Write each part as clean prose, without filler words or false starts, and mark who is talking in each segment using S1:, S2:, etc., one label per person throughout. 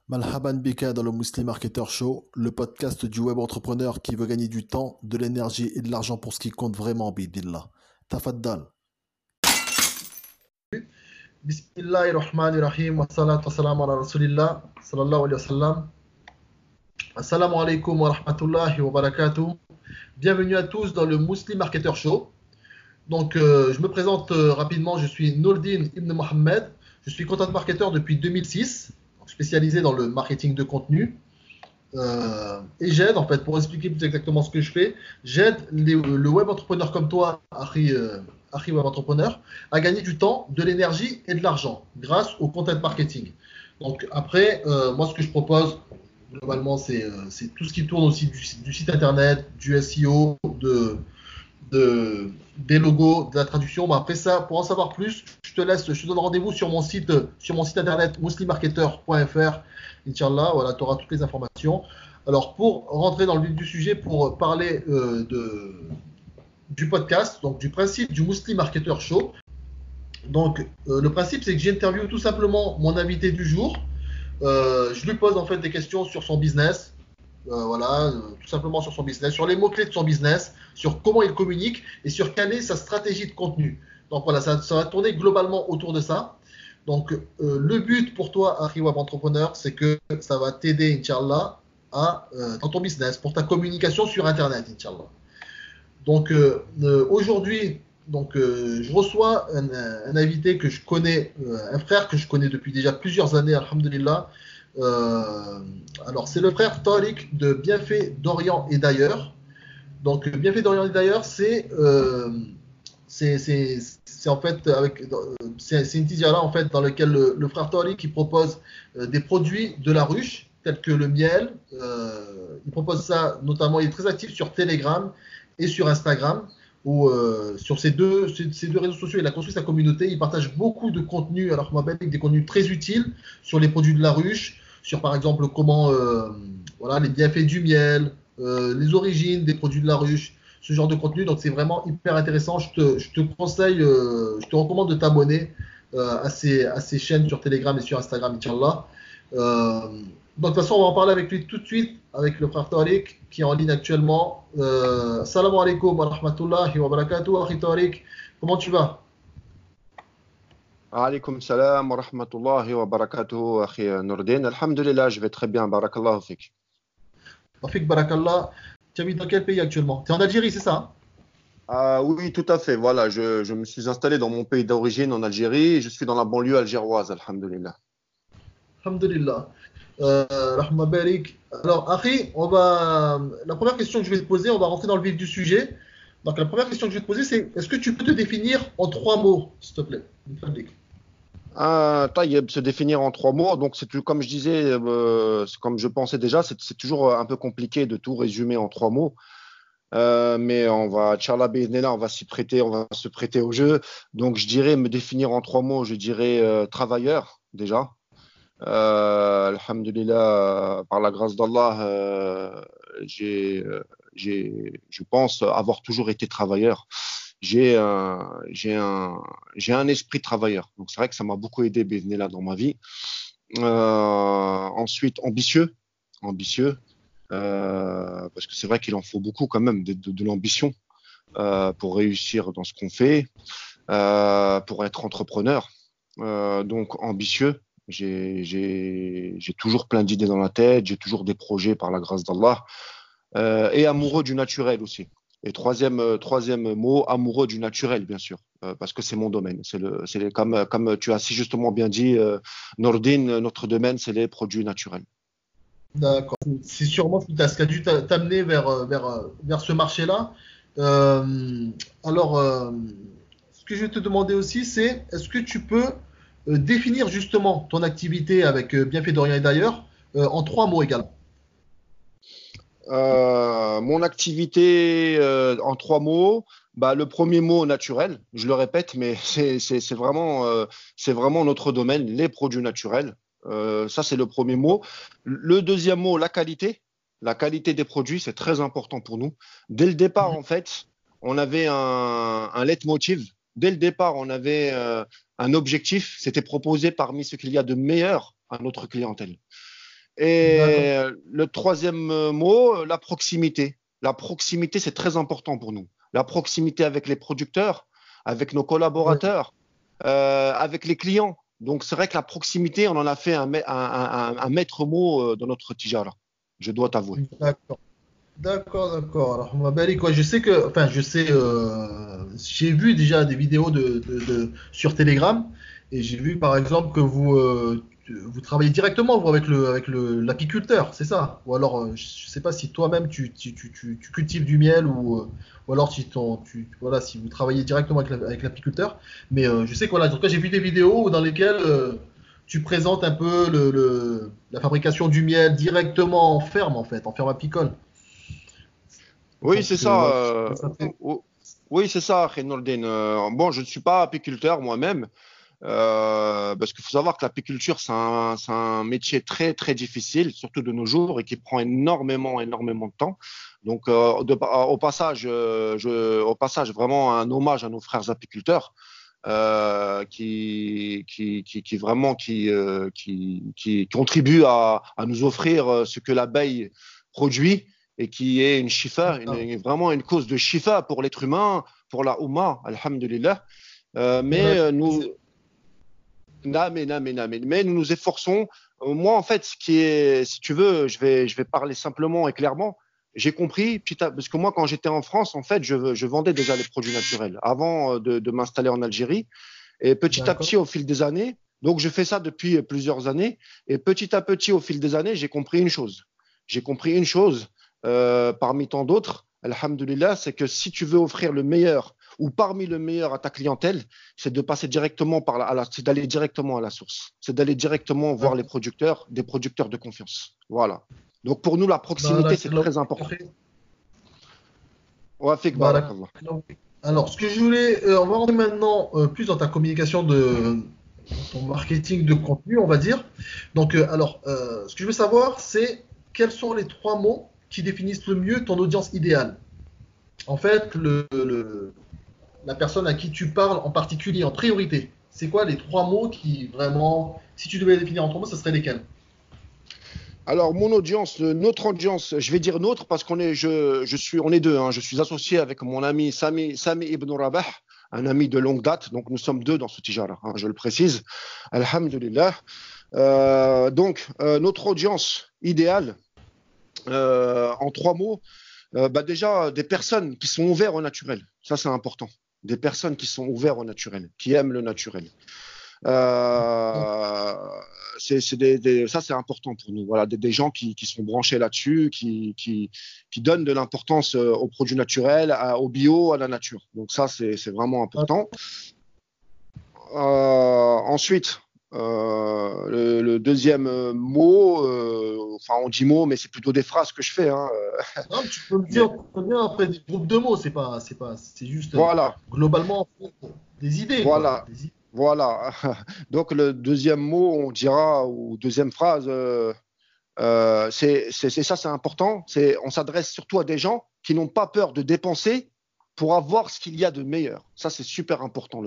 S1: Malhaban Bika dans le Muslim Marketer Show, le podcast du web entrepreneur qui veut gagner du temps, de l'énergie et de l'argent pour ce qui compte vraiment, bidillah. Tafaddal.
S2: Bismillahirrahmanirrahim. Wassalatu wassalamu ala rasulillah sallallahu alayhi wa sallam. Assalamu alaikum wa rahmatullahi wa barakatuh. Bienvenue à tous dans le Muslim Marketer Show. Donc, je me présente rapidement. Je suis Nourdine Ibn Mohamed. Je suis content marketer depuis 2006, spécialisé dans le marketing de contenu. Et j'aide, en fait, pour expliquer plus exactement ce que je fais, j'aide le web entrepreneur comme toi, Harry Web Entrepreneur, à gagner du temps, de l'énergie et de l'argent grâce au content marketing. Donc après, moi ce que je propose, globalement, c'est tout ce qui tourne aussi du site internet, du SEO, des logos, de la traduction. Après ça, pour en savoir plus, je te donne rendez-vous sur mon site internet muslimmarketer.fr. Inch'Allah, voilà, tu auras toutes les informations. Alors, pour rentrer dans le vif du sujet, pour parler du podcast, donc du principe du Muslim Marketer Show. Donc, le principe, c'est que j'interviewe tout simplement mon invité du jour. Je lui pose en fait des questions sur son business. Tout simplement sur son business, sur les mots-clés de son business, sur comment il communique et sur quelle est sa stratégie de contenu. Donc voilà, ça va tourner globalement autour de ça. Donc le but pour toi, Harry Web Entrepreneur, c'est que ça va t'aider, Inch'Allah, dans ton business, pour ta communication sur Internet, Inch'Allah. Donc aujourd'hui, je reçois un invité que je connais, un frère que je connais depuis déjà plusieurs années, alhamdulillah. Alors, c'est le frère Tariq de Bienfait d'Orient et d'ailleurs. Donc, Bienfait d'Orient et d'ailleurs, c'est en fait c'est une tijara en fait dans laquelle le frère Tariq qui propose des produits de la ruche tels que le miel. Il propose ça notamment, il est très actif sur Telegram et sur Instagram. Où, sur ces deux réseaux sociaux, il a construit sa communauté. Il partage beaucoup de contenus, alors qu'on m'appelle des contenus très utiles sur les produits de la ruche, sur par exemple comment, les bienfaits du miel, les origines des produits de la ruche, ce genre de contenu. Donc c'est vraiment hyper intéressant. Je te conseille, je te recommande de t'abonner à ces chaînes sur Telegram et sur Instagram, Inch'Allah. Donc de toute façon, on va en parler avec lui tout de suite, avec le frère Tariq qui est en ligne actuellement. Salam alaikum wa rahmatullahi wa barakatuh. Akhi Tariq, comment tu vas?
S3: Alaykoum salam wa rahmatullahi wa barakatuh, akhi Nourdine. Alhamdulillah, je vais très bien, barakallahu fik.
S2: Fik barakallah. Tu habites dans quel pays actuellement? Tu es en Algérie, c'est ça?
S3: Oui, tout à fait. Voilà, je me suis installé dans mon pays d'origine, en Algérie, et je suis dans la banlieue algéroise, alhamdulillah.
S2: Alhamdulillah. Rahma barik. Alors, Akhi, la première question que je vais te poser, on va rentrer dans le vif du sujet. Donc, la première question que je vais te poser, c'est est-ce que tu peux te définir en 3 mots, s'il te plaît?
S3: Taïeb, se définir en 3 mots. Donc, c'est comme je disais, comme je pensais déjà, c'est toujours un peu compliqué de tout résumer en 3 mots. Mais on va, Inch'Allah, bi'idhnillah, on va se prêter au jeu. Donc, je dirais me définir en 3 mots. Je dirais travailleur, déjà. Alhamdulillah, par la grâce d'Allah, je pense avoir toujours été travailleur. J'ai un esprit travailleur. Donc, c'est vrai que ça m'a beaucoup aidé, bi'idhnillah, dans ma vie. Ensuite, ambitieux, parce que c'est vrai qu'il en faut beaucoup quand même, de l'ambition pour réussir dans ce qu'on fait, pour être entrepreneur. Donc, ambitieux. J'ai toujours plein d'idées dans la tête, j'ai toujours des projets par la grâce d'Allah, et amoureux du naturel aussi. Et troisième mot, amoureux du naturel, bien sûr, parce que c'est mon domaine. Comme tu as si justement bien dit, Nourdine, notre domaine, c'est les produits naturels.
S2: D'accord. C'est sûrement ce qui a dû t'amener vers ce marché-là. Alors, ce que je vais te demander aussi, c'est est-ce que tu peux définir justement ton activité avec Bienfait d'Orient et d'ailleurs en 3 mots également?
S3: Mon activité en 3 mots, le premier mot naturel, je le répète, mais c'est vraiment notre domaine, les produits naturels. Ça, c'est le premier mot. Le deuxième mot, la qualité. La qualité des produits, c'est très important pour nous. Dès le départ, en fait, on avait un leitmotiv. Dès le départ, on avait un objectif. C'était proposer parmi ce qu'il y a de meilleur à notre clientèle. Et
S2: D'accord.
S3: le troisième mot, la proximité. La proximité, c'est très important pour nous. La proximité avec les producteurs, avec nos
S2: Ouais.
S3: collaborateurs, avec les clients. Donc, c'est vrai que la proximité, on en a fait un maître mot dans notre tijara. Je dois t'avouer.
S2: D'accord. D'accord. Alors, ma belle, quoi, je sais que, enfin, j'ai vu déjà des vidéos sur Telegram et j'ai vu par exemple que vous travaillez directement vous, avec l'apiculteur, c'est ça? Ou alors, je sais pas si toi-même tu cultives du miel ou alors voilà, si vous travaillez directement avec l'apiculteur. Mais je sais que voilà, en tout cas, j'ai vu des vidéos dans lesquelles tu présentes un peu la fabrication du miel directement en ferme, en fait, en ferme apicole.
S3: Oui, c'est
S2: Donc,
S3: ça.
S2: voilà. Ça fait-
S3: Oui, c'est ça, Nordin. Bon, je ne suis pas apiculteur moi-même, parce qu'il faut savoir que l'apiculture, c'est un métier très, très difficile, surtout de nos jours, et qui prend énormément de temps. Donc, au passage, vraiment un hommage à nos frères apiculteurs, vraiment qui contribuent à nous offrir ce que l'abeille produit et qui est une shifa, vraiment une cause de shifa pour l'être humain, pour la Oumma, alhamdulillah.
S2: voilà,
S3: Mais nous nous efforçons. Moi, en fait, si tu veux, je vais parler simplement et clairement. J'ai compris, parce que moi, quand j'étais en France, en fait, je vendais déjà les produits naturels avant de m'installer en Algérie. Et petit à
S2: d'accord.
S3: petit, au fil des années, donc je fais ça depuis plusieurs années, et petit à petit, au fil des années, j'ai compris une chose. J'ai compris une chose parmi tant d'autres, alhamdulillah, c'est que si tu veux offrir le meilleur ou parmi le meilleur à ta clientèle, c'est de passer directement c'est d'aller directement à la source. C'est d'aller directement voir les
S2: D'accord.
S3: producteurs, des producteurs de confiance. Voilà. Donc pour nous, la proximité, c'est très important.
S2: Après,
S3: Wa fik
S2: voilà.
S3: barakallah.
S2: Alors, ce que je voulais, on va rentrer maintenant plus dans ta communication ton marketing de contenu, on va dire. Donc, ce que je veux savoir, c'est quels sont les trois mots qui définissent le mieux ton audience idéale. En fait, la personne à qui tu parles en particulier, en priorité. C'est quoi les trois mots qui vraiment, si tu devais les définir en trois mots, ce serait lesquels?
S3: Alors, mon audience, notre audience, je vais dire notre parce on est deux. Hein. Je suis associé avec mon ami Sami Ibn Rabah, un ami de longue date. Donc, nous sommes deux dans ce tijara, hein, je le précise. Alhamdulillah. Notre audience idéale, en trois mots, déjà, des personnes qui sont ouvertes au naturel. Ça, c'est important. Des personnes qui sont ouvertes au naturel, qui aiment le naturel. Euh, ça, c'est important pour nous. Voilà, des gens qui sont branchés là-dessus, qui donnent de l'importance aux produits naturels, au bio, à la nature. Donc ça, c'est vraiment important. Ensuite, le deuxième mot, enfin on dit mot, mais c'est plutôt des phrases que je fais. Hein,
S2: Non, tu peux me
S3: mais
S2: dire très bien après des groupes de mots, c'est juste
S3: voilà,
S2: globalement des idées, quoi.
S3: voilà, voilà. Donc le deuxième mot, on dira, ou deuxième phrase, c'est ça, c'est important. On s'adresse surtout à des gens qui n'ont pas peur de dépenser pour avoir ce qu'il y a de meilleur. Ça, c'est super important,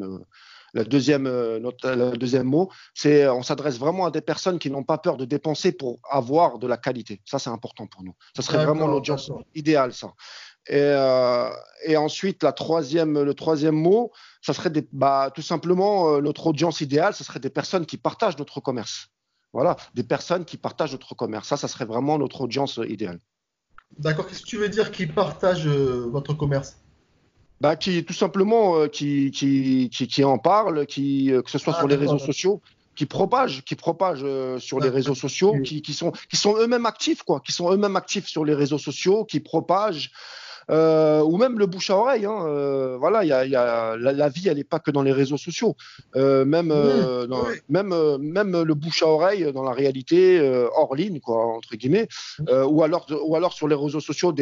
S3: le deuxième mot. On s'adresse vraiment à des personnes qui n'ont pas peur de dépenser pour avoir de la qualité. Ça, c'est important pour nous. Ça serait vraiment l'audience
S2: D'accord.
S3: idéale, ça. Et ensuite, le troisième mot, ça serait tout simplement notre audience idéale, ce serait des personnes qui partagent notre commerce. Voilà, des personnes qui partagent notre commerce. Ça serait vraiment notre audience idéale.
S2: D'accord. Qu'est-ce que tu veux dire qu'ils partagent votre commerce?
S3: Tout simplement, qui en parlent, que ce soit
S2: Ah,
S3: sur les réseaux
S2: d'accord.
S3: sociaux, qui propagent sur les réseaux
S2: D'accord.
S3: sociaux, qui sont eux-mêmes actifs, quoi, qui sont eux-mêmes actifs sur les réseaux sociaux, qui propagent, ou même le bouche à oreille. Hein, voilà, la vie, elle n'est pas que dans les réseaux sociaux.
S2: Oui.
S3: Même le bouche à oreille dans la réalité hors ligne, quoi, entre guillemets, ou alors sur les réseaux sociaux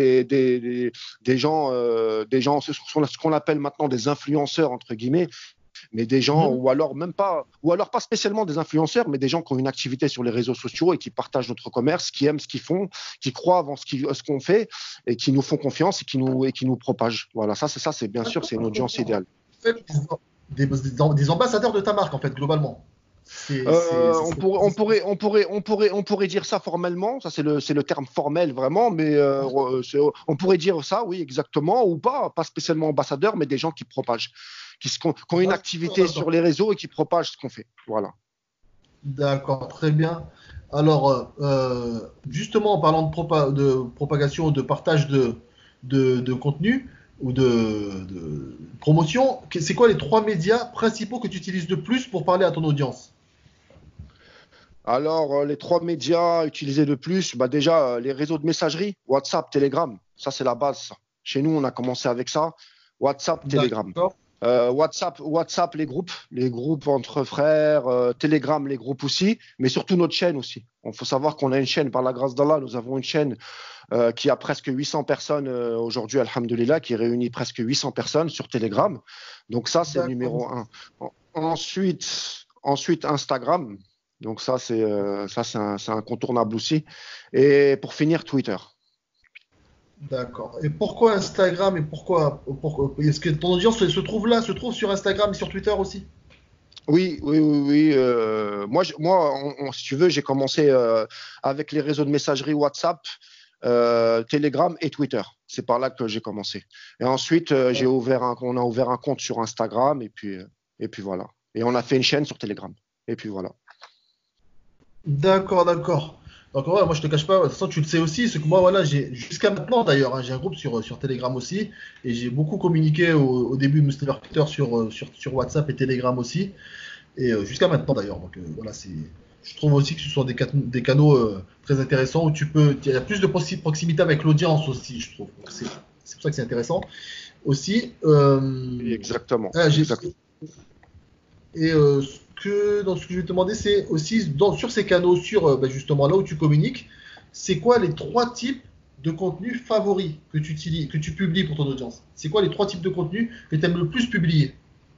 S3: des gens, ce qu'on appelle maintenant des influenceurs entre guillemets, mais des gens,
S2: Mhm.
S3: ou alors pas spécialement des influenceurs, mais des gens qui ont une activité sur les réseaux sociaux et qui partagent notre commerce, qui aiment ce qu'ils font, qui croient en ce qu'on fait et qui nous font confiance et qui nous propagent. Voilà, ça, c'est bien sûr, c'est une audience idéale.
S2: En fait, des ambassadeurs de ta marque, en fait, globalement.
S3: On pourrait dire ça formellement, ça c'est le terme formel vraiment, mais on pourrait dire ça, oui, exactement, ou pas spécialement ambassadeur, mais des gens qui propagent, qui ont une activité sur les réseaux et qui propagent ce qu'on fait. Voilà.
S2: D'accord, très bien. Alors, justement, en parlant de propagation, de partage de contenu ou de promotion, c'est quoi les 3 médias principaux que tu utilises de plus pour parler à ton audience?
S3: Alors, les 3 médias utilisés le plus, bah déjà, les réseaux de messagerie, WhatsApp, Telegram, ça c'est la base, ça. Chez nous, on a commencé avec ça. WhatsApp, Telegram.
S2: D'accord.
S3: WhatsApp, les groupes entre frères, Telegram, les groupes aussi, mais surtout notre chaîne aussi. Il faut savoir qu'on a une chaîne, par la grâce d'Allah, nous avons une chaîne qui a presque 800 personnes aujourd'hui, alhamdoulilah, qui réunit presque 800 personnes sur Telegram. Donc ça, c'est le numéro 1. Ensuite, Instagram. Donc ça, c'est incontournable aussi. Et pour finir, Twitter.
S2: D'accord. Et pourquoi Instagram et pourquoi est-ce que ton audience se trouve là, se trouve sur Instagram et sur Twitter aussi?
S3: Oui. Si tu veux, j'ai commencé avec les réseaux de messagerie WhatsApp, Telegram et Twitter. C'est par là que j'ai commencé. Et ensuite, on a ouvert un compte sur Instagram et puis voilà. Et on a fait une chaîne sur Telegram. Et puis voilà.
S2: D'accord, d'accord. Donc ouais, moi je te cache pas, de toute façon tu le sais aussi, c'est que moi voilà, j'ai jusqu'à maintenant d'ailleurs, hein, j'ai un groupe sur Telegram aussi, et j'ai beaucoup communiqué au début de Muslim Marketer sur WhatsApp et Telegram aussi, et jusqu'à maintenant d'ailleurs. Donc voilà, je trouve aussi que ce sont des canaux très intéressants où il y a plus de proximité avec l'audience aussi, je trouve. Donc, c'est pour ça que c'est intéressant aussi.
S3: Exactement.
S2: Exactement. Et dans ce que je vais te demander, c'est aussi sur ces canaux, justement là où tu communiques, c'est quoi les 3 types de contenus favoris que tu utilises, que tu publies pour ton audience? C'est quoi les 3 types de contenus que tu aimes le plus publier?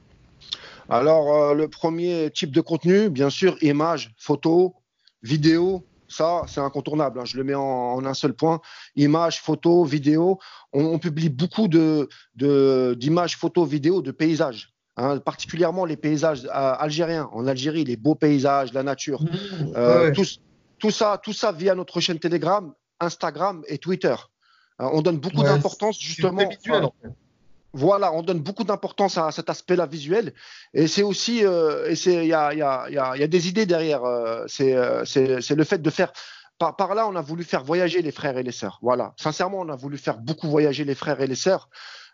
S3: Alors, le premier type de contenu, bien sûr, images, photos, vidéos. Ça, c'est incontournable, hein. Je le mets en un seul point. Images, photos, vidéos. On publie beaucoup d'images, photos, vidéos de paysages, hein, particulièrement les paysages algériens. En Algérie, les beaux paysages, la nature.
S2: Ouais.
S3: Tout ça via notre chaîne Telegram, Instagram et Twitter. On donne beaucoup
S2: Ouais,
S3: d'importance
S2: c'est très
S3: justement.
S2: visuel en fait.
S3: Voilà, on donne beaucoup d'importance à cet aspect-là visuel, et c'est aussi, il y a des idées derrière. C'est le fait de faire. Par là, on a voulu faire voyager les frères et les sœurs. Voilà, sincèrement, on a voulu faire beaucoup voyager les frères et les sœurs.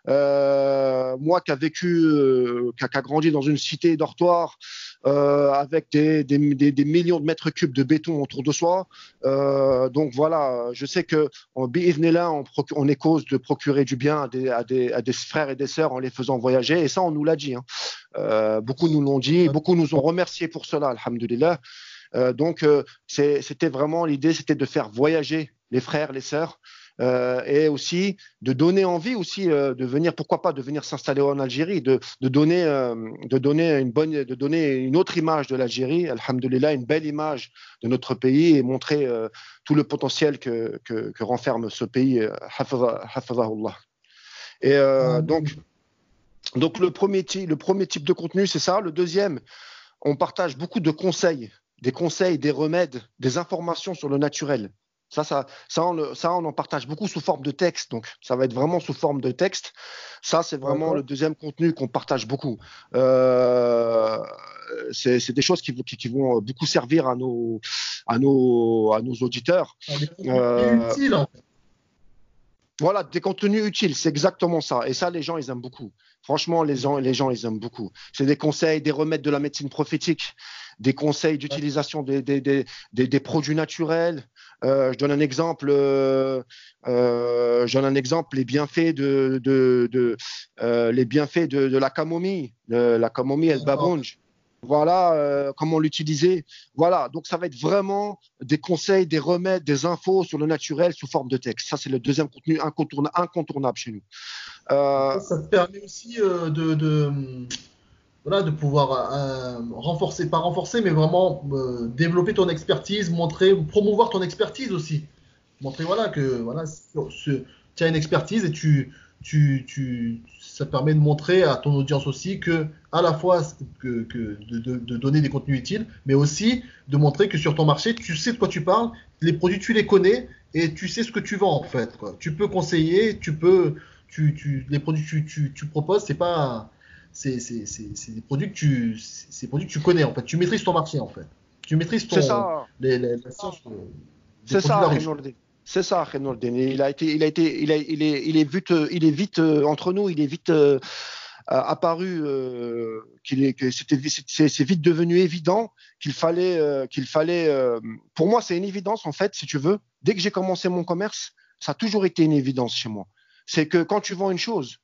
S3: Moi qui a vécu, qui a grandi dans une cité dortoir avec des millions de mètres cubes de béton autour de soi. Donc voilà, je sais que bi'idhnillah, on est cause de procurer du bien à des frères et des sœurs en les faisant voyager. Et ça, on nous l'a dit, hein. Beaucoup nous l'ont dit, beaucoup nous ont remercié pour cela, alhamdulillah. Donc, c'était vraiment l'idée, c'était de faire voyager les frères, les sœurs, et aussi de donner envie aussi de venir, pourquoi pas, de venir s'installer en Algérie, de donner une autre image de l'Algérie, alhamdulillah, une belle image de notre pays et montrer tout le potentiel que renferme ce pays, hafazahullah. Et donc le premier type de contenu, c'est ça. Le deuxième, on partage beaucoup de conseils, des conseils, des remèdes, des informations sur le naturel. Ça, on en partage beaucoup sous forme de texte. Donc, ça va être vraiment sous forme de texte. Ça, c'est vraiment le deuxième contenu qu'on partage beaucoup. C'est des choses qui vont beaucoup servir à nos auditeurs.
S2: Utile, en fait.
S3: Voilà, des contenus utiles, c'est exactement ça. Et ça, les gens, ils aiment beaucoup. Franchement, les gens, ils aiment beaucoup. C'est des conseils, des remèdes de la médecine prophétique, des conseils d'utilisation des produits naturels. Je donne un exemple. Les bienfaits de la camomille, la camomille El Babounj. Voilà, comment l'utiliser. Voilà, donc ça va être vraiment des conseils, des remèdes, des infos sur le naturel sous forme de texte. Ça, c'est le deuxième contenu incontournable chez nous.
S2: Ça te permet aussi de pouvoir pas renforcer, mais vraiment développer ton expertise, promouvoir ton expertise aussi. Montrer que tu as une expertise et ça permet de montrer à ton audience aussi que à la fois de donner des contenus utiles, mais aussi de montrer que sur ton marché, tu sais de quoi tu parles, les produits, tu les connais et tu sais ce que tu vends en fait, quoi. Tu peux conseiller, les produits que tu proposes, c'est des produits c'est des produits que tu connais en fait. Tu maîtrises ton marché en fait. Tu maîtrises
S3: C'est ça.
S2: la science des
S3: C'est
S2: produits de
S3: ça,
S2: la ruche.
S3: Renoldin. C'est ça, Renoldin. Il est vite entre nous, il est vite apparu c'est vite devenu évident pour moi, c'est une évidence en fait, si tu veux. Dès que j'ai commencé mon commerce, ça a toujours été une évidence chez moi. C'est que quand tu vends une chose,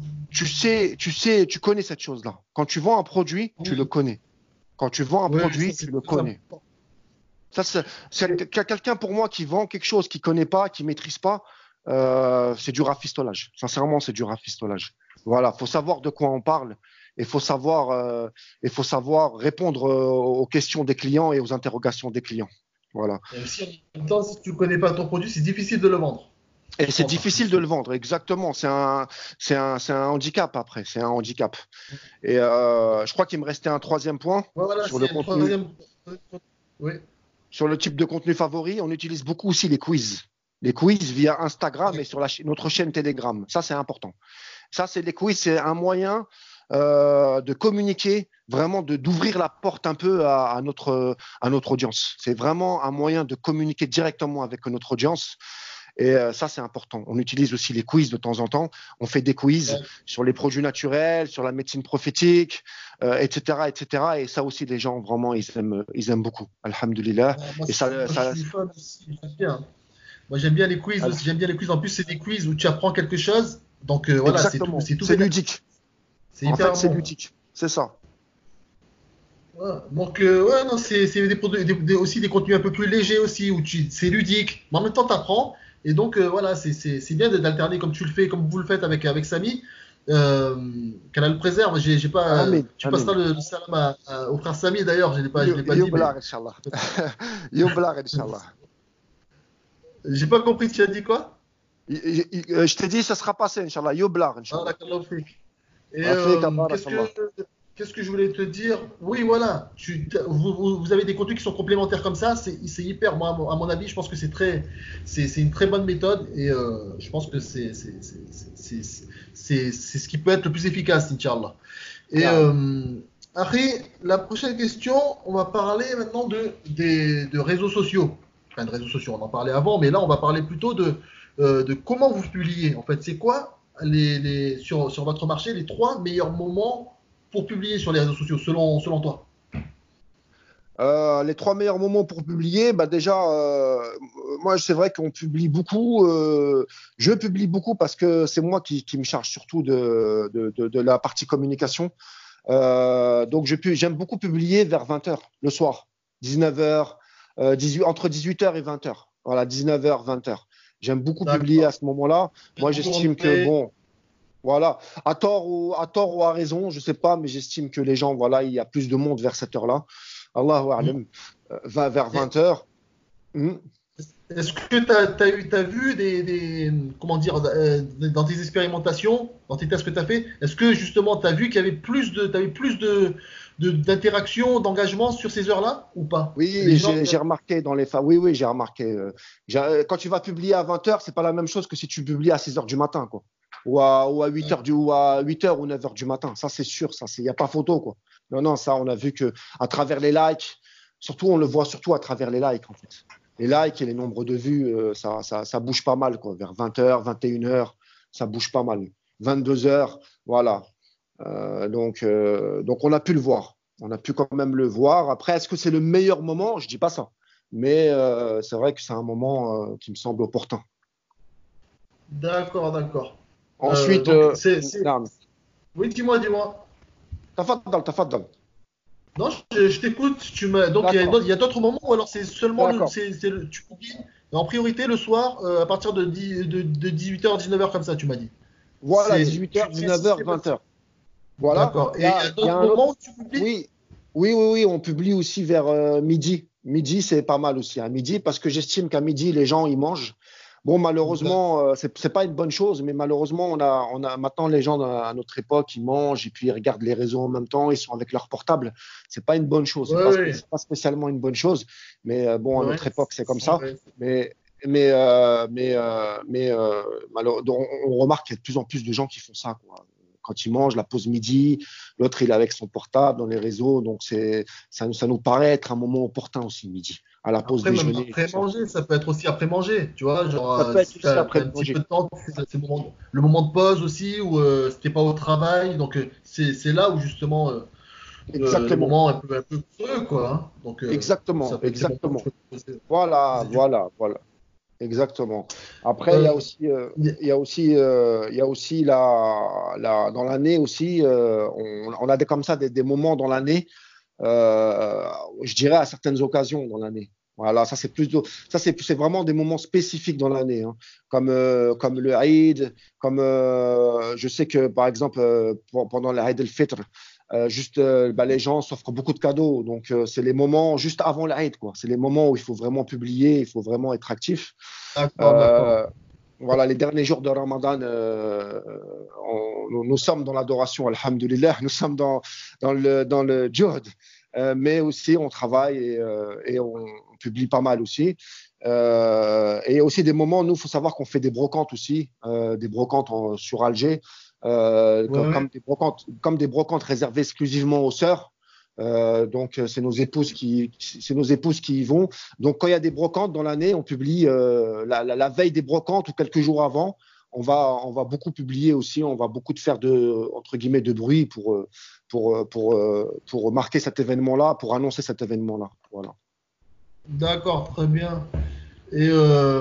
S3: tu connais cette chose-là. Quand tu vends un produit, tu le connais. Quand tu vends un
S2: Ouais, ça
S3: produit,
S2: c'est
S3: tu le
S2: très
S3: connais.
S2: important.
S3: Ça, c'est quelqu'un pour moi qui vend quelque chose qu'il connaît pas, qui maîtrise pas, c'est du rafistolage. Sincèrement, c'est du rafistolage. Voilà, faut savoir de quoi on parle et faut savoir répondre aux questions des clients et aux interrogations des clients. Voilà.
S2: Et aussi, en même temps, si tu ne connais pas ton produit, c'est difficile de le vendre.
S3: Et c'est
S2: Enfin,
S3: difficile de le vendre, exactement. C'est un handicap après. C'est un handicap. Et je crois qu'il me restait un troisième point
S2: voilà,
S3: sur le
S2: c'est le
S3: contenu.
S2: troisième. Oui.
S3: Sur le type de contenu favori, on utilise beaucoup aussi les quiz. Les quiz via Instagram et sur notre chaîne Telegram. Ça, c'est important. Ça, c'est les quiz, c'est un moyen de communiquer, vraiment d'ouvrir la porte un peu à notre audience. C'est vraiment un moyen de communiquer directement avec notre audience. Et ça, c'est important. On utilise aussi les quiz de temps en temps. On fait des quiz
S2: Ouais.
S3: sur les produits naturels, sur la médecine prophétique, etc., etc. Et ça aussi, les gens, vraiment, ils aiment beaucoup. Alhamdulillah.
S2: Moi,
S3: Et ça,
S2: je
S3: ça
S2: suis fan aussi. J'aime bien. Moi, j'aime bien les quiz aussi. J'aime bien les quiz. En plus, c'est des quiz où tu apprends quelque chose. Donc, voilà,
S3: exactement.
S2: c'est tout
S3: C'est
S2: bénéfique.
S3: ludique.
S2: C'est
S3: En fait,
S2: hyper
S3: c'est
S2: bon.
S3: ludique. C'est ça.
S2: Ouais. Donc, ouais, non, c'est des produits, aussi des contenus un peu plus légers aussi, où c'est ludique, mais en même temps, tu apprends. Et donc, voilà, c'est bien d'alterner comme tu le fais, comme vous le faites avec Samy. Qu'Allah le préserve. J'ai pas,
S3: Amin.
S2: tu passeras
S3: Amin.
S2: le salam au frère Samy d'ailleurs, je l'ai pas dit, mais
S3: Yublar, Inch'Allah. Yublar, Inch'Allah.
S2: j'ai pas compris, tu as dit quoi?
S3: Je t'ai dit, ça sera passé, Inch'Allah. Yublar,
S2: Ah,
S3: Inch'Allah.
S2: d'accord, et
S3: Afeka,
S2: qu'est-ce que je voulais te dire? Oui, voilà, vous avez des contenus qui sont complémentaires comme ça, c'est hyper, moi, à mon avis, je pense que c'est une très bonne méthode et je pense que c'est ce qui peut être le plus efficace, Inch'Allah. Et après, la prochaine question, on va parler maintenant de réseaux sociaux. Enfin, de réseaux sociaux, on en parlait avant, mais là, on va parler plutôt de comment vous publiez. En fait, c'est quoi sur votre marché les 3 meilleurs moments pour publier sur les réseaux sociaux, selon toi?
S3: Les 3 meilleurs moments pour publier, bah déjà, moi c'est vrai qu'on publie beaucoup. Je publie beaucoup parce que c'est moi qui me charge surtout de la partie communication. Donc j'aime beaucoup publier vers 20h le soir, 19h, entre 18h et 20h. Voilà, 19h, 20h. J'aime beaucoup publier à
S2: D'accord.
S3: ce moment-là. Moi
S2: Une
S3: j'estime que
S2: journée.
S3: bon, voilà, à tort ou à raison, je sais pas, mais j'estime que les gens, voilà, il y a plus de monde vers cette heure-là. Allahu a'lam, vers
S2: Et
S3: 20 heures.
S2: est-ce que t'as vu comment dire, dans tes expérimentations, dans tes tests que tu as fait, est-ce que justement tu as vu qu'il y avait t'avais plus d'interaction, d'engagement sur ces heures-là ou pas? Les
S3: Oui,
S2: gens,
S3: j'ai remarqué dans les Oui, oui, j'ai remarqué. Quand tu vas publier à 20 heures, c'est pas la même chose que si tu publies à 6 heures du matin, quoi. Ou à 8 heures ou à 8 heures ou 9 heures du matin. Ça, c'est sûr. Ça, il n'y a pas photo, quoi. Non, non, ça, on a vu que à travers les likes, surtout, on le voit surtout à travers les likes, en fait. Les likes et les nombres de vues, ça bouge pas mal, quoi. Vers 20 heures, 21 heures, ça bouge pas mal. 22 heures, voilà. Donc, on a pu le voir. On a pu quand même le voir. Après, est-ce que c'est le meilleur moment? Je dis pas ça. Mais c'est vrai que c'est un moment qui me semble opportun.
S2: d'accord, d'accord.
S3: Ensuite,
S2: Donc
S3: non,
S2: oui, dis-moi.
S3: tafaddal.
S2: Non, je t'écoute. Donc
S3: D'accord,
S2: il y a d'autres moments ou alors c'est seulement
S3: d'accord.
S2: tu publies en priorité le soir à partir de 18h, 19h comme ça, tu m'as dit.
S3: Voilà,
S2: Tu
S3: 18h,
S2: précises
S3: 19h, 20h. Voilà.
S2: D'accord. Et il y a
S3: Il y a
S2: d'autres
S3: un autre.
S2: moments où tu publies?
S3: Oui, oui, oui, oui, on publie aussi vers midi. Midi, c'est pas mal aussi, à midi, parce que j'estime qu'à midi, les gens, ils mangent. Bon, malheureusement, c'est pas une bonne chose, mais malheureusement, on a maintenant les gens à notre époque, ils mangent et puis ils regardent les réseaux en même temps, ils sont avec leur portable. C'est pas une bonne chose, c'est pas spécialement une bonne chose, mais bon, à notre époque, c'est comme ça. Mais donc, on remarque qu'il y a de plus en plus de gens qui font ça, quoi. Quand ils mangent, la pause midi, l'autre il est avec son portable dans les réseaux, donc ça nous paraît être un moment opportun aussi midi, à la pause
S2: après,
S3: déjeuner.
S2: même après manger, ça peut être aussi après manger, tu vois, genre
S3: Ça peut être
S2: si
S3: aussi
S2: t'as
S3: après
S2: un petit
S3: manger.
S2: peu de temps, c'est le moment de pause aussi, où c'était pas au travail, donc c'est là où justement le
S3: Exactement,
S2: moment un peu creux, quoi. Hein. Donc ça
S3: exactement,
S2: peut être ces moments où tu
S3: exactement.
S2: peux poser,
S3: Voilà,
S2: poser du.
S3: voilà, voilà. Exactement. Après,
S2: Euh, y-
S3: il y a aussi dans l'année aussi, on a comme ça des moments dans l'année, je dirais à certaines occasions dans l'année. Voilà, c'est vraiment des moments spécifiques dans l'année, hein. Comme le Eid, comme je sais que par exemple pendant le Eid el-Fitr, les gens s'offrent beaucoup de cadeaux. Donc, c'est les moments juste avant l'Aïd, quoi. C'est les moments où il faut vraiment publier, il faut vraiment être actif.
S2: D'accord, d'accord.
S3: Euh, voilà, les derniers jours de Ramadan, nous sommes dans l'adoration, alhamdulillah, nous sommes dans le juhd, mais aussi on travaille et on publie pas mal aussi. Et aussi des moments, nous, il faut savoir qu'on fait des brocantes aussi, des brocantes sur Alger,
S2: Ouais, ouais.
S3: comme des brocantes réservées exclusivement aux sœurs. Donc, c'est nos épouses qui y vont. Donc, quand il y a des brocantes dans l'année, on publie la veille des brocantes ou quelques jours avant. On va beaucoup publier aussi. On va beaucoup faire entre guillemets de bruit pour marquer cet événement-là, pour annoncer cet événement-là. Voilà.
S2: D'accord, très bien. Et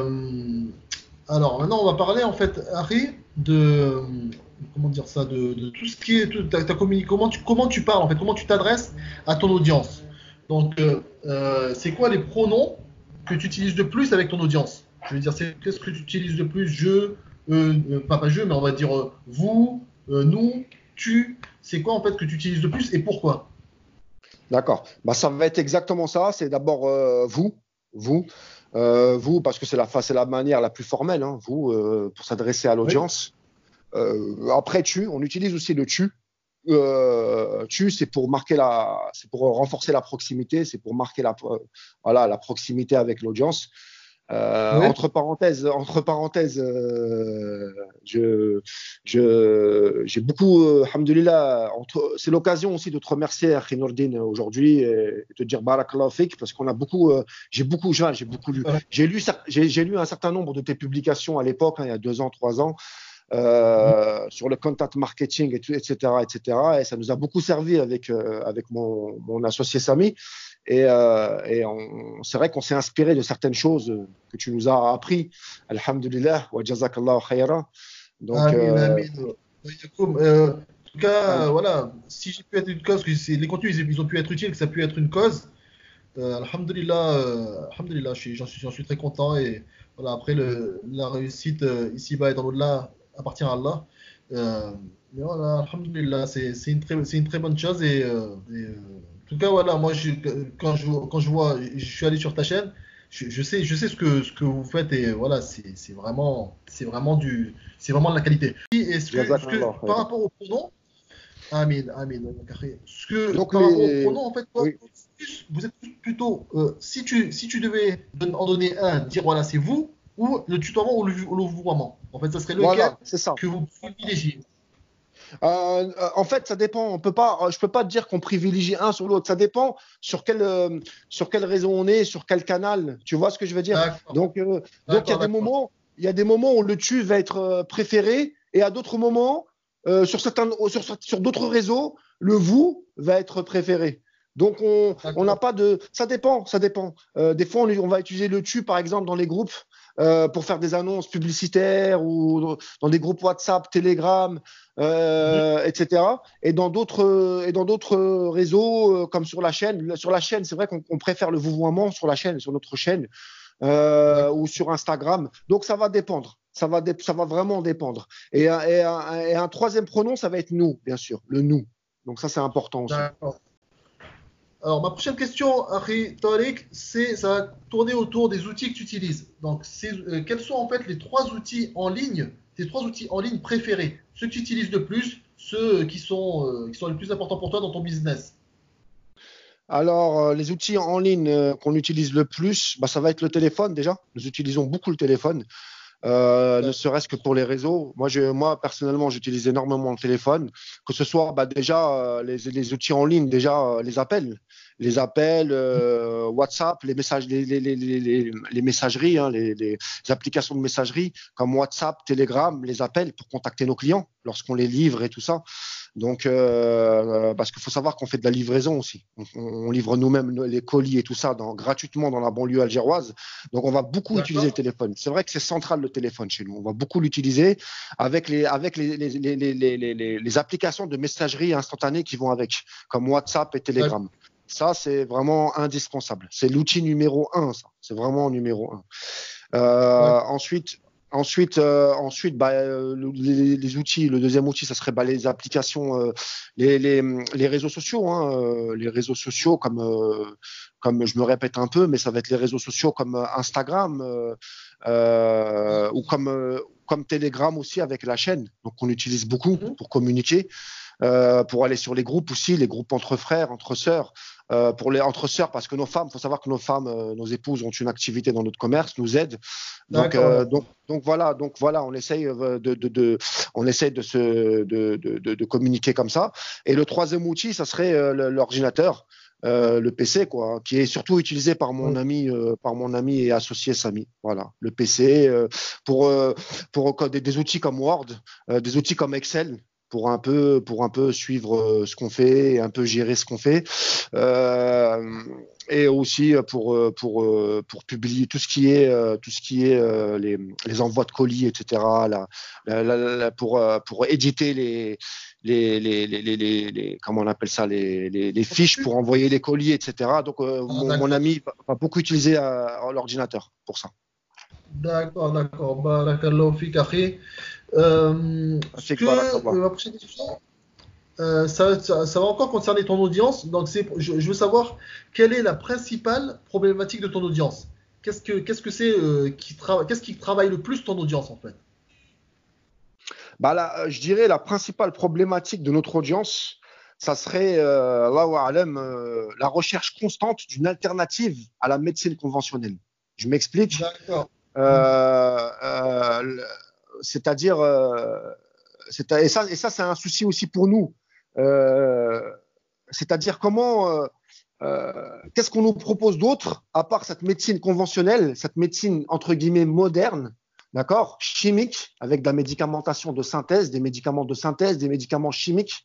S2: alors maintenant, on va parler en fait, Harry, de comment dire ça, de tout ce qui est comment tu parles en fait, comment tu t'adresses à ton audience. Donc, c'est quoi les pronoms que tu utilises de plus avec ton audience? Je veux dire, qu'est-ce que tu utilises de plus? Pas je, mais on va dire vous, nous, tu. C'est quoi en fait que tu utilises de plus et pourquoi?
S3: D'accord. Bah, ça va être exactement ça. C'est d'abord vous, vous, parce que c'est la manière la plus formelle, hein, vous, pour s'adresser à
S2: Oui.
S3: l'audience. Après, on utilise aussi le tu. Tu, c'est pour renforcer la proximité, c'est pour marquer voilà, la proximité avec l'audience.
S2: Oui.
S3: Entre parenthèses, j'ai beaucoup, alhamdoulilah, c'est l'occasion aussi de te remercier, Akhi Nourdine, aujourd'hui, et te dire Barakallahu fik, parce qu'on a beaucoup, j'ai beaucoup lu.
S2: Ouais.
S3: J'ai lu un certain nombre de tes publications à l'époque, hein, il y a 2 ans, 3 ans, sur le content marketing, etc., etc. Et ça nous a beaucoup servi avec mon associé Samy. C'est vrai qu'on s'est inspiré de certaines choses que tu nous as appris. Alhamdulillah, wa jazakallahu khayra. Donc,
S2: Amin, amin. Oui, Yacoub, en tout cas, voilà, si j'ai pu être une cause, les contenus, ils ont pu être utiles, que ça a pu être une cause, alhamdulillah, alhamdulillah, j'en suis très content. Et voilà, après, la réussite ici-bas et dans l'au-delà appartient à Allah. Euh, mais voilà, alhamdulillah, c'est une très bonne chose. En tout cas, voilà, moi, quand je vois, je suis allé sur ta chaîne, je sais ce que vous faites et voilà, c'est vraiment de la qualité. Et
S3: jazakallahu
S2: par
S3: khayra.
S2: rapport au pronom, Amin, Amin.
S3: Donc,
S2: Par rapport au pronom, en fait,
S3: oui,
S2: vous êtes plutôt, si tu devais en donner un, dire voilà, c'est vous, ou le tutoiement ou le vouvoiement. En fait, ça serait lequel
S3: voilà, c'est ça.
S2: que vous privilégiez.
S3: En fait, ça dépend. Je peux pas te dire qu'on privilégie un sur l'autre. Ça dépend sur quel réseau on est, sur quel canal. Tu vois ce que je veux dire?
S2: D'accord,
S3: Donc
S2: d'accord, d'accord.
S3: il y a des moments où le tu va être préféré, et à d'autres moments, sur d'autres réseaux, le vous va être préféré. Donc on n'a
S2: D'accord.
S3: pas de. Ça dépend. Des fois, on va utiliser le tu, par exemple, dans les groupes. Pour faire des annonces publicitaires ou dans des groupes WhatsApp, Telegram,
S2: Mhm.
S3: etc. Et dans d'autres réseaux, comme sur la chaîne. Sur la chaîne, c'est vrai qu'on préfère le vouvoiement sur la chaîne, sur notre chaîne, ou
S2: D'accord.
S3: sur Instagram. Donc ça va dépendre. Ça va vraiment dépendre. Et un troisième pronom, ça va être nous, bien sûr, le nous. Donc ça, c'est important aussi.
S2: D'accord. Alors, ma prochaine question, Harry Tariq, ça va tourner autour des outils que tu utilises. Donc, quels sont en fait les trois outils en ligne, tes trois outils en ligne préférés? Ceux que tu utilises le plus, ceux qui sont les plus importants pour toi dans ton business.
S3: Alors, les outils en ligne qu'on utilise le plus, bah, ça va être le téléphone déjà. Nous utilisons beaucoup le téléphone. Ne serait-ce que pour les réseaux. Moi personnellement, j'utilise énormément le téléphone, que ce soit bah, déjà les outils en ligne, déjà les appels, WhatsApp, les messages, les messageries, hein, les applications de messagerie comme WhatsApp, Telegram, les appels pour contacter nos clients lorsqu'on les livre et tout ça. Donc, parce qu'il faut savoir qu'on fait de la livraison aussi. On livre nous-mêmes les colis et tout ça gratuitement dans la banlieue algéroise. Donc, on va beaucoup utiliser le
S2: D'accord.
S3: téléphone. C'est vrai que c'est central le téléphone chez nous. On va beaucoup l'utiliser avec les applications de messagerie instantanée qui vont avec, comme WhatsApp et
S2: D'accord.
S3: Telegram. Ça, c'est vraiment indispensable. C'est l'outil numéro un, ça. C'est vraiment numéro un.
S2: D'accord.
S3: Ensuite, bah, les outils, le deuxième outil, ça serait bah, les applications, les réseaux sociaux, hein, les réseaux sociaux comme je me répète un peu, mais ça va être les réseaux sociaux comme Instagram ou comme Telegram aussi avec la chaîne. Donc, on utilise beaucoup
S2: Mhm.
S3: pour communiquer. Pour aller sur les groupes aussi, les groupes entre frères, entre sœurs, pour les entre sœurs, parce que il faut savoir que nos femmes, nos épouses ont une activité dans notre commerce, nous aident. Donc,
S2: D'accord, d'accord.
S3: on essaye on essaye de communiquer comme ça. Et le troisième outil, ça serait l'ordinateur. Le PC quoi, qui est surtout utilisé
S2: Oui.
S3: par mon ami et associé Samy. Voilà, le PC pour des outils comme Word, des outils comme Excel pour un peu suivre ce qu'on fait et un peu gérer ce qu'on fait. Euh, et aussi pour publier tout ce qui est les envois de colis, etc. Pour éditer comment on appelle ça, les fiches pour envoyer les colis, etc. Donc,
S2: Ah,
S3: mon
S2: d'accord.
S3: ami va beaucoup utiliser l'ordinateur pour ça.
S2: D'accord, d'accord. Barakallahu fik, akhi.
S3: Fik barakallah.
S2: Ma prochaine question, ça va encore concerner ton audience. Donc, je veux savoir quelle est la principale problématique de ton audience. Qu'est-ce que c'est qu'est-ce qui travaille le plus ton audience en fait?
S3: Bah là, je dirais la principale problématique de notre audience, ça serait, Allahu a'lam, la recherche constante d'une alternative à la médecine conventionnelle. Je m'explique.
S2: D'accord.
S3: Euh, euh, C'est-à-dire, et ça, c'est un souci aussi pour nous. Euh, C'est-à-dire qu'est-ce qu'on nous propose d'autre à part cette médecine conventionnelle, cette médecine entre guillemets moderne, d'accord, chimique, avec de la médicamentation de synthèse, des médicaments de synthèse, des médicaments chimiques,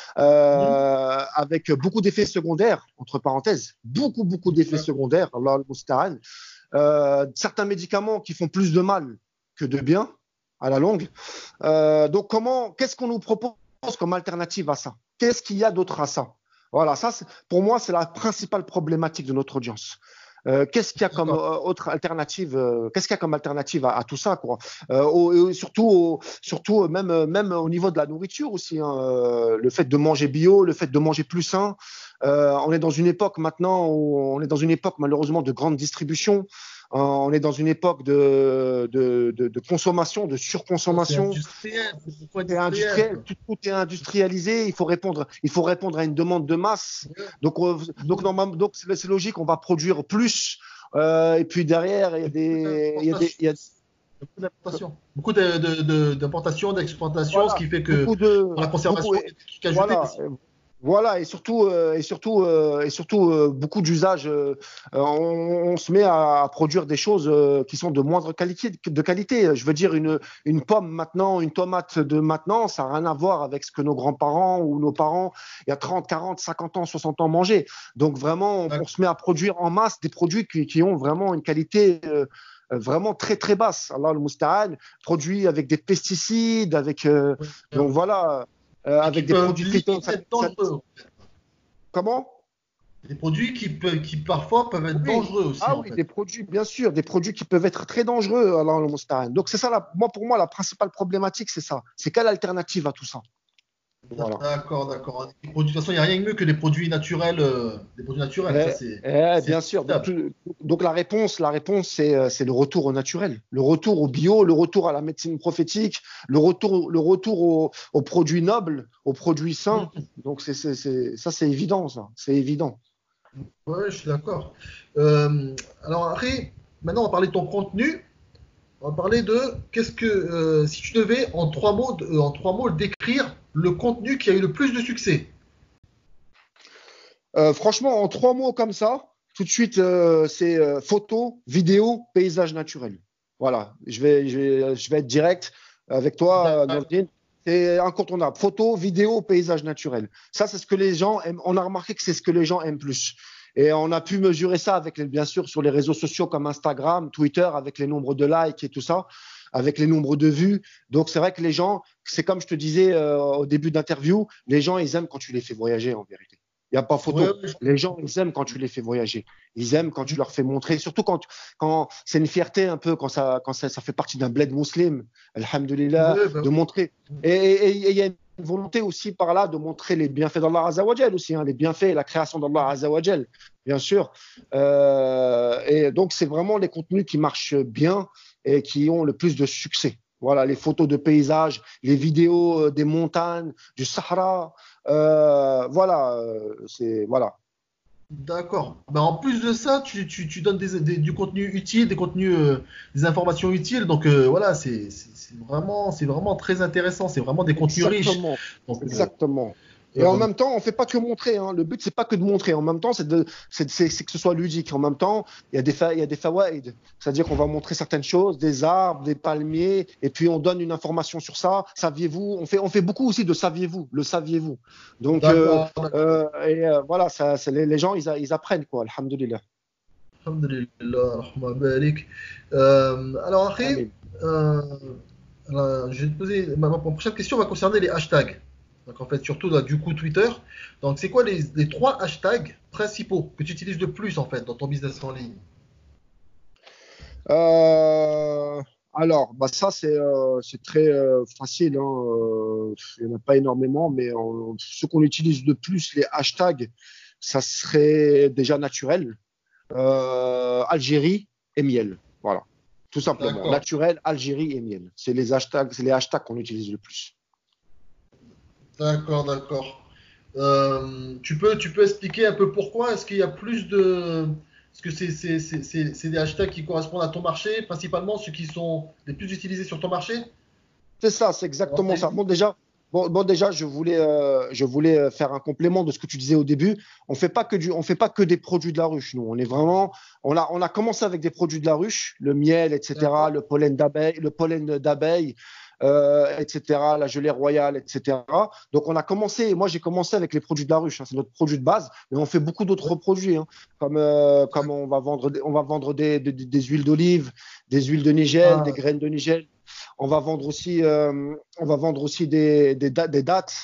S3: avec beaucoup d'effets secondaires, entre parenthèses, beaucoup d'effets secondaires, Allah al-Musta'an. Certains médicaments qui font plus de mal que de bien à la longue. Donc, qu'est-ce qu'on nous propose comme alternative à ça? Qu'est-ce qu'il y a d'autre à ça? Voilà, ça, pour moi, c'est la principale problématique de notre audience. Qu'est-ce qu'il y a comme
S2: D'accord.
S3: autre alternative qu'est-ce qu'il y a comme alternative à tout ça quoi surtout même au niveau de la nourriture aussi hein, le fait de manger bio, le fait de manger plus sain. On est dans une époque maintenant où on est dans une époque malheureusement de grande distribution. On est dans une époque de consommation, de
S2: C'est
S3: surconsommation.
S2: industriel, c'est beaucoup
S3: C'est
S2: industriel,
S3: industriel,
S2: quoi.
S3: tout est industrialisé. Il faut répondre à une demande de masse.
S2: Ouais.
S3: Donc, normalement, donc c'est logique, on va produire plus. Et puis derrière,
S2: Et beaucoup
S3: il y a
S2: beaucoup d'importations. Beaucoup d'importations, d'exportations, ce
S3: voilà,
S2: qui fait que
S3: beaucoup de,
S2: pour la
S3: beaucoup,
S2: conservation, il y a des trucs ajoutés
S3: voilà,
S2: aussi.
S3: voilà, et surtout beaucoup d'usages. On se met à produire des choses qui sont de moindre qualité. Je veux dire, une pomme maintenant, une tomate de maintenant, ça n'a rien à voir avec ce que nos grands-parents ou nos parents, il y a 30, 40, 50 ans, 60 ans mangeaient. Donc vraiment, on se met à produire en masse des produits qui ont vraiment une qualité vraiment très très basse. Allah le Mousta'an, produits avec des pesticides, donc voilà,
S2: Et qui
S3: avec des
S2: peuvent
S3: produits
S2: limite être dangereux.
S3: Comment?
S2: Des produits qui parfois peuvent être
S3: Oui.
S2: dangereux aussi,
S3: Ah
S2: en
S3: oui,
S2: fait.
S3: des produits, bien sûr, des produits qui peuvent être très dangereux, Allah le Mousta'an. Donc c'est ça, pour moi, la principale problématique, c'est ça. C'est quelle alternative à tout ça? Voilà.
S2: D'accord. De toute façon, il n'y a rien de mieux que des produits naturels. Ça, c'est
S3: Bien sûr.
S2: inévitable.
S3: Donc c'est le retour au naturel, le retour au bio, le retour à la médecine prophétique, le retour aux produits nobles, aux produits sains. Donc ça, c'est évident, ça. C'est évident.
S2: Ouais, je suis d'accord. Alors après, maintenant, on va parler de ton contenu. On va parler de si tu devais en 3 mots décrire le contenu qui a eu le plus de succès.
S3: Franchement, en 3 mots comme ça, tout de suite, c'est photo, vidéo, paysage naturel. Voilà, je vais être direct avec toi, Nordine. C'est incontournable. Photo, vidéo, paysage naturel. Ça, c'est ce que les gens aiment. On a remarqué que c'est ce que les gens aiment plus. Et on a pu mesurer ça bien sûr, sur les réseaux sociaux comme Instagram, Twitter, avec les nombres de likes et tout ça, avec les nombres de vues. Donc, c'est vrai que les gens, c'est comme je te disais au début d'interview, les gens, ils aiment quand tu les fais voyager, en vérité. Il n'y a pas
S2: Ouais,
S3: photo. Les gens, ils aiment quand tu les fais voyager. Ils aiment quand tu leur fais montrer, surtout quand c'est une fierté un peu, quand ça fait partie d'un bled musulman, alhamdulillah,
S2: ouais, bah
S3: de montrer. Et il y a une volonté aussi par là de montrer les bienfaits d'Allah Azzawajal aussi, hein, les bienfaits, la création d'Allah Azzawajal, bien sûr. Et donc, c'est vraiment les contenus qui marchent bien et qui ont le plus de succès. Voilà, les photos de paysages, les vidéos des montagnes, du Sahara. Voilà, voilà.
S2: d'accord. Bah, en plus de ça, tu donnes du contenu utile, des informations utiles. Donc voilà, c'est vraiment très intéressant. C'est vraiment des contenus riches.
S3: Exactement,
S2: Donc,
S3: exactement. Et en
S2: euh,
S3: même temps, on ne fait pas que montrer, hein. Le but, c'est pas que de montrer. En même temps, c'est que ce soit ludique. En même temps, il y a des fawaïd. C'est-à-dire qu'on va montrer certaines choses, des arbres, des palmiers, et puis on donne une information sur ça. Saviez-vous? On fait beaucoup aussi de saviez-vous, le saviez-vous. Donc,
S2: d'accord.
S3: voilà, les gens, ils apprennent, quoi, alhamdulillah.
S2: Alhamdulillah, Rahman barik. Alors après,
S3: Amen.
S2: euh, je vais te poser ma prochaine question va concerner les hashtags. Donc en fait, surtout là, du coup Twitter. Donc c'est quoi les 3 hashtags principaux que tu utilises le plus en fait dans ton business en ligne?
S3: Euh, alors, bah ça, c'est très facile, hein. Il n'y en a pas énormément, mais ce qu'on utilise le plus, les hashtags, ça serait déjà naturel, Algérie et miel. Voilà, tout simplement.
S2: D'accord,
S3: Naturel, Algérie et miel. C'est les hashtags qu'on utilise le plus.
S2: d'accord. Tu peux expliquer un peu pourquoi? Est-ce qu'il y a plus de... Est-ce que c'est des hashtags qui correspondent à ton marché, principalement ceux qui sont les plus utilisés sur ton marché?
S3: C'est ça, c'est exactement ça. Bon, déjà, je voulais faire un complément de ce que tu disais au début. On fait pas que des produits de la ruche. Nous, on a commencé avec des produits de la ruche, le miel, etc.,
S2: D'accord.
S3: le pollen d'abeille, etc., la gelée royale, etc. Donc, moi, j'ai commencé avec les produits de la ruche, hein. C'est notre produit de base, mais on fait beaucoup d'autres produits, hein, comme on va vendre des huiles d'olive, des huiles de nigel, des
S2: Ah,
S3: graines de nigel. On va vendre aussi des dattes.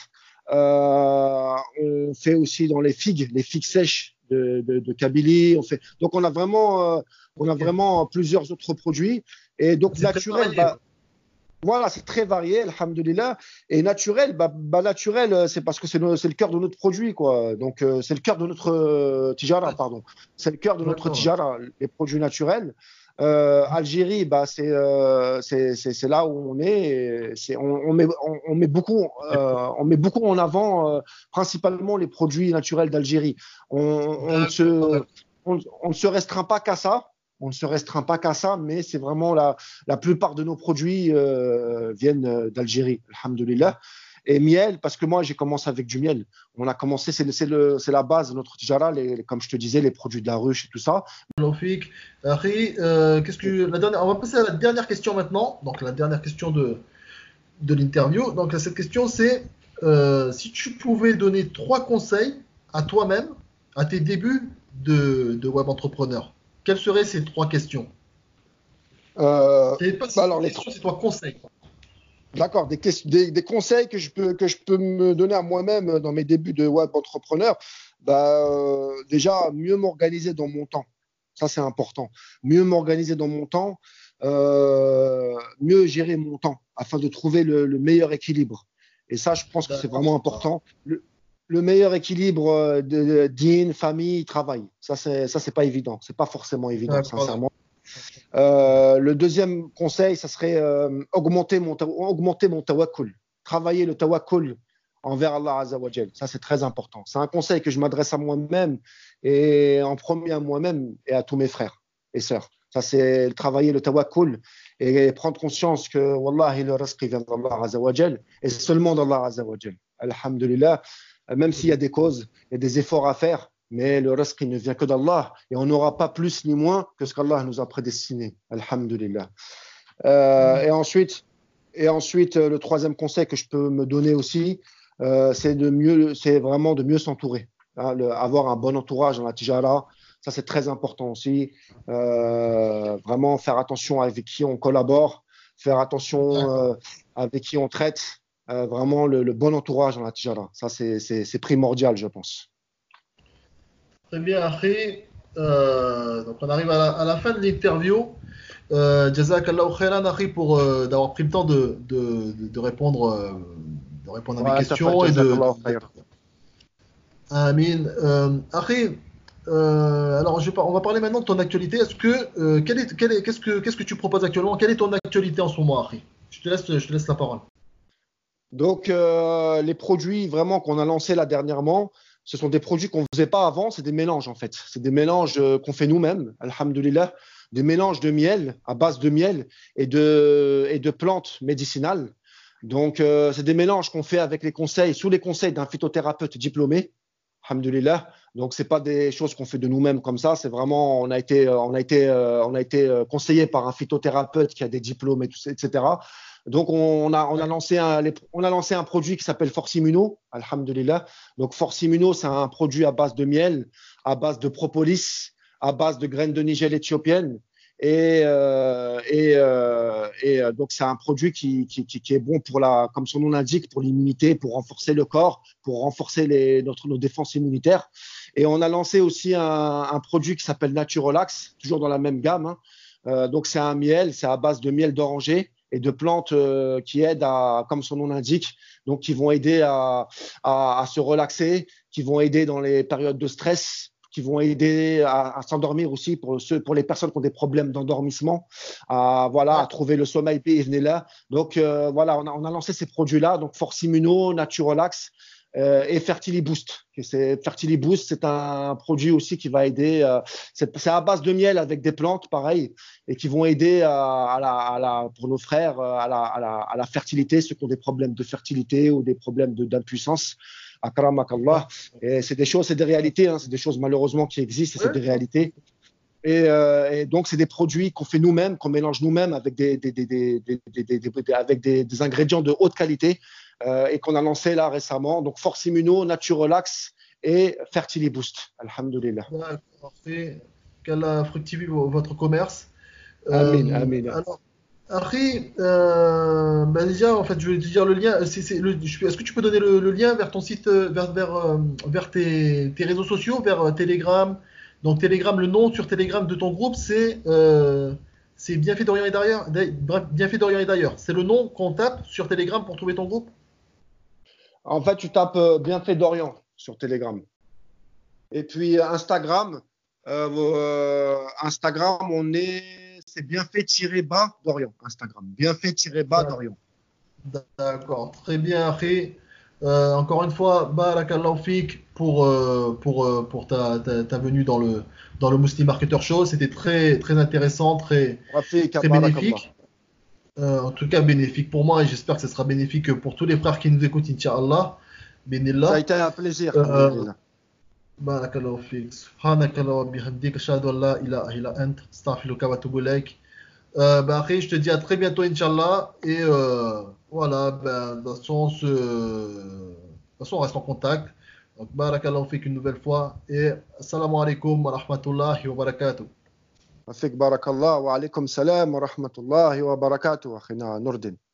S3: On fait aussi dans les figues sèches de Kabylie. Donc, on a vraiment plusieurs autres produits. Et donc,
S2: c'est très
S3: naturel,
S2: varié.
S3: bah, voilà, c'est très varié, alhamdoulilah. Et naturel, naturel, c'est parce que c'est le cœur de notre produit, quoi. Donc, c'est le cœur de notre tijara, pardon. C'est le cœur de notre
S2: D'accord.
S3: tijara, les produits naturels. Algérie, c'est là où on est. On met beaucoup en avant, principalement les produits naturels d'Algérie.
S2: D'accord.
S3: On ne se restreint pas qu'à ça. On ne se restreint pas qu'à ça, mais c'est vraiment la plupart de nos produits viennent d'Algérie, alhamdoulilah. Et miel, parce que moi, j'ai commencé avec du miel. On a commencé, c'est la base de notre tijara, comme je te disais, les produits de la ruche et tout ça.
S2: Magnifique. Harry, on va passer à la dernière question maintenant. Donc la dernière question de l'interview. Donc cette question c'est si tu pouvais donner 3 conseils à toi-même à tes débuts de web entrepreneur, quelles seraient ces 3 questions?
S3: Euh,
S2: C'est pas ces
S3: alors,
S2: trois questions, c'est 3 conseils.
S3: d'accord, des conseils que je peux me donner à moi-même dans mes débuts de web entrepreneur. Déjà, mieux m'organiser dans mon temps. Ça, c'est important. Mieux m'organiser dans mon temps, mieux gérer mon temps afin de trouver le meilleur équilibre. Et ça, je pense que c'est
S2: D'accord.
S3: vraiment important. Le meilleur équilibre de dîne, famille, travail. Ça, c'est pas évident. C'est pas forcément évident,
S2: D'accord.
S3: sincèrement. Le deuxième conseil, ça serait augmenter mon tawakkul. Travailler le tawakkul envers Allah Azza wa Jal. Ça, c'est très important. C'est un conseil que je m'adresse à moi-même et en premier à moi-même et à tous mes frères et sœurs. Ça, c'est travailler le tawakkul et prendre conscience que, Wallahi, le rizq vient d'Allah Azza wa Jal et seulement d'Allah Azza wa Jal. Alhamdulillah, même s'il y a des causes et des efforts à faire, mais le rizq ne vient que d'Allah et on n'aura pas plus ni moins que ce qu'Allah nous a prédestiné. Alhamdulillah. Et ensuite, le troisième conseil que je peux me donner aussi, c'est vraiment de mieux s'entourer. Hein, avoir un bon entourage dans la tijara, ça c'est très important aussi. Vraiment faire attention avec qui on collabore, faire attention avec qui on traite. Vraiment le bon entourage dans la tijara, ça c'est primordial, je pense.
S2: Très bien, Akhi. Donc on arrive à la fin de l'interview. Jazakallahu khairan, Akhi, pour d'avoir pris le temps de répondre, à mes questions et
S3: Jazakallah khair.
S2: Amin. Akhi, alors on va parler maintenant de ton actualité. Qu'est-ce que tu proposes actuellement? Quelle est ton actualité en ce moment, Akhi? Je te laisse la parole.
S3: Donc, les produits vraiment qu'on a lancés là dernièrement, ce sont des produits qu'on ne faisait pas avant, c'est des mélanges en fait. C'est des mélanges qu'on fait nous-mêmes, alhamdulillah, des mélanges de miel, à base de miel et de plantes médicinales. Donc, c'est des mélanges qu'on fait avec sous les conseils d'un phytothérapeute diplômé, alhamdulillah. Donc, ce n'est pas des choses qu'on fait de nous-mêmes comme ça, c'est vraiment, on a été conseillé par un phytothérapeute qui a des diplômes, etc. Donc, on a lancé un produit qui s'appelle Force Immuno, alhamdulillah. Donc, Force Immuno, c'est un produit à base de miel, à base de propolis, à base de graines de nigel éthiopienne. Et donc, c'est un produit qui est bon comme son nom l'indique, pour l'immunité, pour renforcer le corps, pour renforcer nos défenses immunitaires. Et on a lancé aussi un produit qui s'appelle Naturolax, toujours dans la même gamme. Hein. Donc, c'est un miel, c'est à base de miel d'oranger et de plantes qui aident comme son nom l'indique, donc qui vont aider à se relaxer, qui vont aider dans les périodes de stress, qui vont aider à s'endormir aussi pour les personnes qui ont des problèmes d'endormissement, à trouver le sommeil là. Donc voilà, on a lancé ces produits-là, donc Force Immuno, Naturolax et Fertiliboost. Fertiliboost, c'est un produit aussi qui va aider. C'est à base de miel avec des plantes, pareil, et qui vont aider pour nos frères à la fertilité, ceux qui ont des problèmes de fertilité ou des problèmes d'impuissance. Akramakallah. Et c'est des réalités, hein, c'est des choses malheureusement qui existent, et c'est des réalités. Et donc, c'est des produits qu'on fait nous-mêmes, qu'on mélange nous-mêmes avec des ingrédients de haute qualité et qu'on a lancé là récemment. Donc, Force Immuno, Naturolax et Fertiliboost. Alhamdulillah.
S2: Parfait. Qu'Allah fructifie votre commerce.
S3: Amin, amin.
S2: Alors, Harry, déjà, en fait, je vais te dire le lien. Est-ce que tu peux donner le lien vers ton site, vers tes réseaux sociaux, vers Telegram? Donc Telegram, le nom sur Telegram de ton groupe, c'est Bienfait d'Orient et d'ailleurs. Bienfait d'Orient et d'ailleurs. C'est le nom qu'on tape sur Telegram pour trouver ton groupe?
S3: En fait, tu tapes Bienfait d'Orient sur Telegram. Et puis Instagram, c'est Bienfait-bas d'Orient. Instagram, Bienfait-bas d'Orient.
S2: D'accord, très bien, Harry. Encore une fois, barakallahu fik pour ta venue dans le Muslim Marketer Show. C'était très, très intéressant, très bénéfique. En tout cas, bénéfique pour moi et j'espère que ce sera bénéfique pour tous les frères qui nous écoutent, Inch'Allah.
S3: Ça a été un plaisir.
S2: Barakallahu fik. Subhanakallah wa bihamdik. Ashhadu an la ilaha illa ant. Astaghfiruka wa atubu ilaik. Après, je te dis à très bientôt, Inch'Allah. Et voilà, de toute façon, on reste en contact. Donc, barakallahu fik une nouvelle fois. Et assalamu alaikum wa rahmatullahi wa barakatuh.
S3: Fik barakallah wa alaikum salam wa rahmatullahi wa barakatuh. Akhina Nurdin.